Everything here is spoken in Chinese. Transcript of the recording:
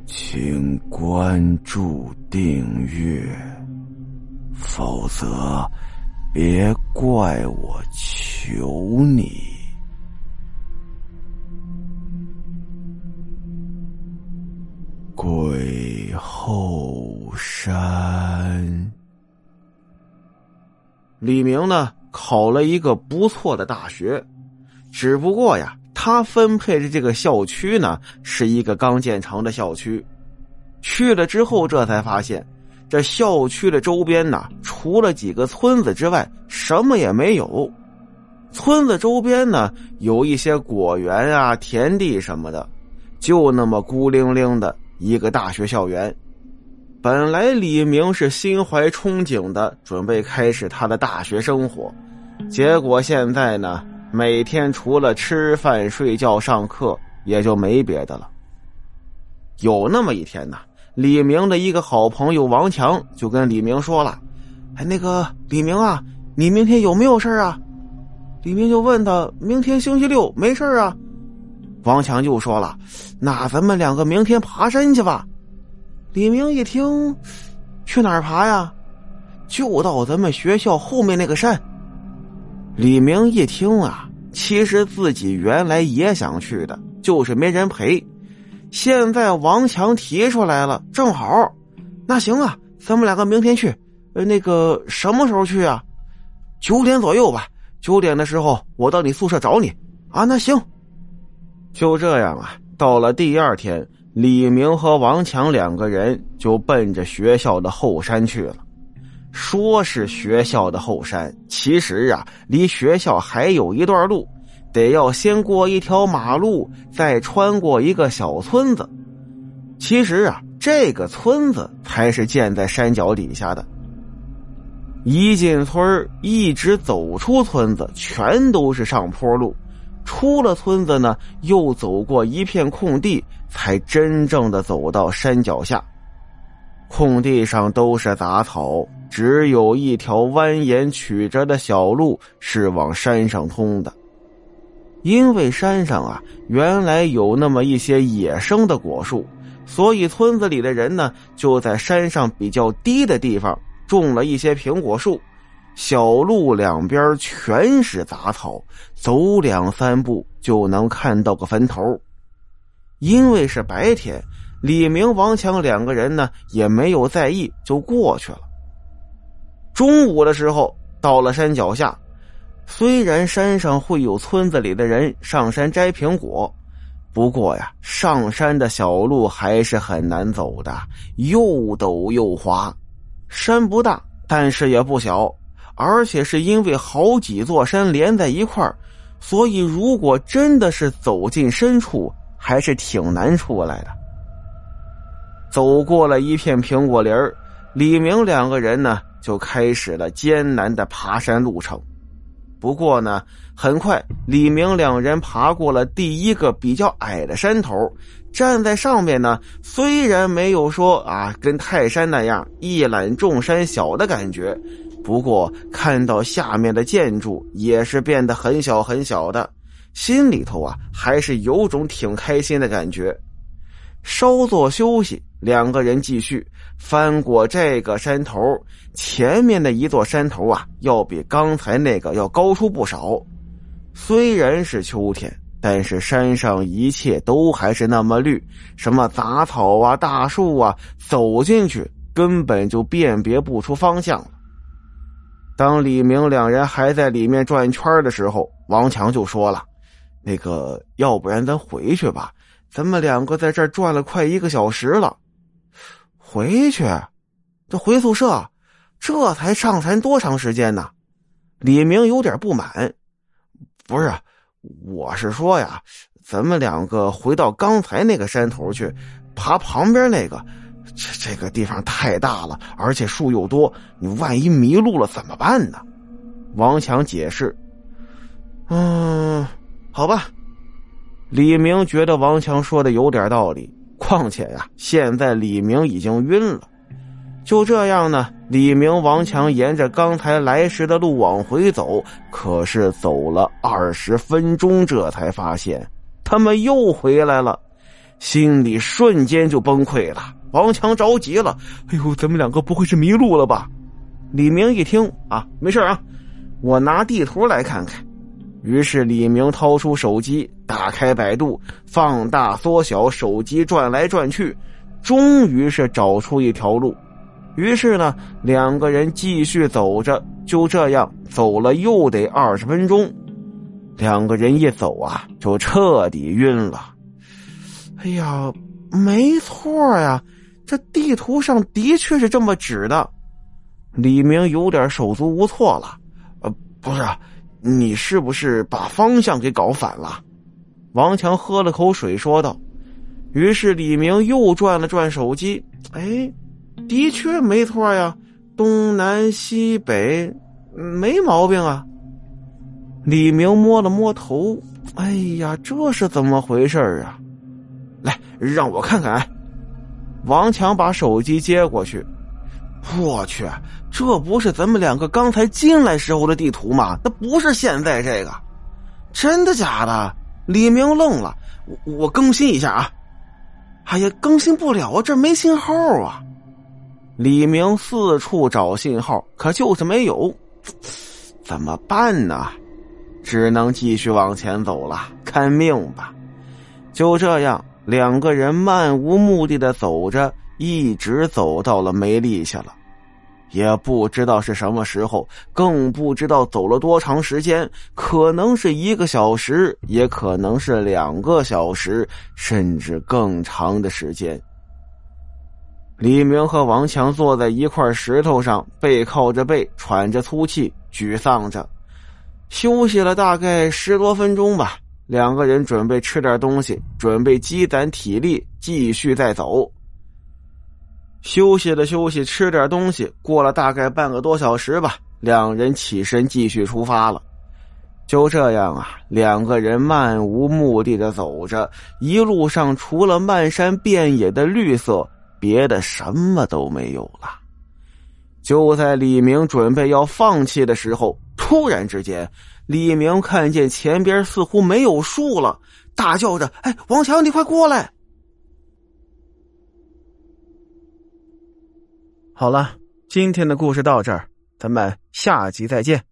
请关注订阅，否则别怪我求你。鬼后山。 李明呢，考了一个不错的大学，只不过呀，他分配的这个校区呢，是一个刚建成的校区。去了之后，这才发现，这校区的周边呢，除了几个村子之外，什么也没有。村子周边呢，有一些果园啊、田地什么的，就那么孤零零的一个大学校园。本来李明是心怀憧憬的，准备开始他的大学生活，结果现在呢，每天除了吃饭、睡觉、上课，也就没别的了。有那么一天呢，李明的一个好朋友王强就跟李明说了：“那个李明啊，你明天有没有事啊？”李明就问他：“明天星期六，没事啊？”王强就说了：“那咱们两个明天爬山去吧。”李明一听，去哪儿爬呀？就到咱们学校后面那个山。李明一听啊，其实自己原来也想去的，就是没人陪。现在王强提出来了，正好。那行啊，咱们两个明天去。那个什么时候去啊？9点左右吧。9点的时候我到你宿舍找你啊。那行。就这样啊，到了第二天，李明和王强两个人就奔着学校的后山去了。说是学校的后山，其实啊，离学校还有一段路，得要先过一条马路，再穿过一个小村子。其实啊，这个村子才是建在山脚底下的。一进村，一直走出村子，全都是上坡路。出了村子呢，又走过一片空地，才真正的走到山脚下。空地上都是杂草，只有一条蜿蜒曲折的小路是往山上通的。因为山上啊，原来有那么一些野生的果树，所以村子里的人呢，就在山上比较低的地方种了一些苹果树。小路两边全是杂草，走2、3步就能看到个坟头。因为是白天，李明、王强两个人呢也没有在意，就过去了。中午的时候到了山脚下，虽然山上会有村子里的人上山摘苹果，不过呀，上山的小路还是很难走的，又陡又滑。山不大，但是也不小，而且是因为好几座山连在一块儿，所以如果真的是走进深处，还是挺难出来的。走过了一片苹果林，李明两个人呢就开始了艰难的爬山路程。不过呢，很快李明两人爬过了第一个比较矮的山头，站在上面呢，虽然没有说跟泰山那样一览众山小的感觉，不过看到下面的建筑也是变得很小很小的，心里头还是有种挺开心的感觉。稍作休息，两个人继续翻过这个山头，前面的一座山头要比刚才那个要高出不少。虽然是秋天，但是山上一切都还是那么绿，什么杂草大树走进去根本就辨别不出方向了。当李明两人还在里面转圈的时候，王强就说了：“那个，要不然咱回去吧，咱们两个在这儿转了快1个小时了。”回去？这回宿舍？这才上山多长时间呢？李明有点不满。不是，我是说呀，咱们两个回到刚才那个山头去，爬旁边那个，这个地方太大了，而且树又多，你万一迷路了怎么办呢？王强解释。好吧。李明觉得王强说的有点道理，况且现在李明已经晕了。就这样呢，李明、王强沿着刚才来时的路往回走，可是走了20分钟，这才发现他们又回来了。 心里瞬间就崩溃了。王强着急了，哎呦，咱们两个不会是迷路了吧？李明一听啊，没事啊，我拿地图来看看。于是李明掏出手机，打开百度，放大缩小，手机转来转去，终于是找出一条路。于是呢，两个人继续走着，就这样走了又得20分钟。两个人一走啊，就彻底晕了。哎呀，没错呀，这地图上的确是这么指的。李明有点手足无措了。不是，你是不是把方向给搞反了？王强喝了口水说道。于是李明又转了转手机，哎，的确没错呀，东南西北，没毛病啊。李明摸了摸头，哎呀，这是怎么回事啊？来，让我看看。王强把手机接过去。我去，这不是咱们两个刚才进来时候的地图吗？那不是现在这个。真的假的？李明愣了。我更新一下啊。哎呀，更新不了啊，这没信号啊。李明四处找信号，可就是没有。怎么办呢？只能继续往前走了，看命吧。就这样，两个人漫无目的的走着，一直走到了没力气了。也不知道是什么时候，更不知道走了多长时间，可能是1个小时，也可能是2个小时，甚至更长的时间。李明和王强坐在一块石头上，背靠着背，喘着粗气，沮丧着。休息了大概10多分钟吧，两个人准备吃点东西，准备积攒体力，继续再走。休息了休息，吃点东西，过了大概半个多小时吧，两人起身继续出发了。就这样啊，两个人漫无目的的走着，一路上除了漫山遍野的绿色，别的什么都没有了。就在李明准备要放弃的时候，突然之间，李明看见前边似乎没有树了，大叫着：“哎，王强，你快过来！”好了，今天的故事到这儿，咱们下集再见。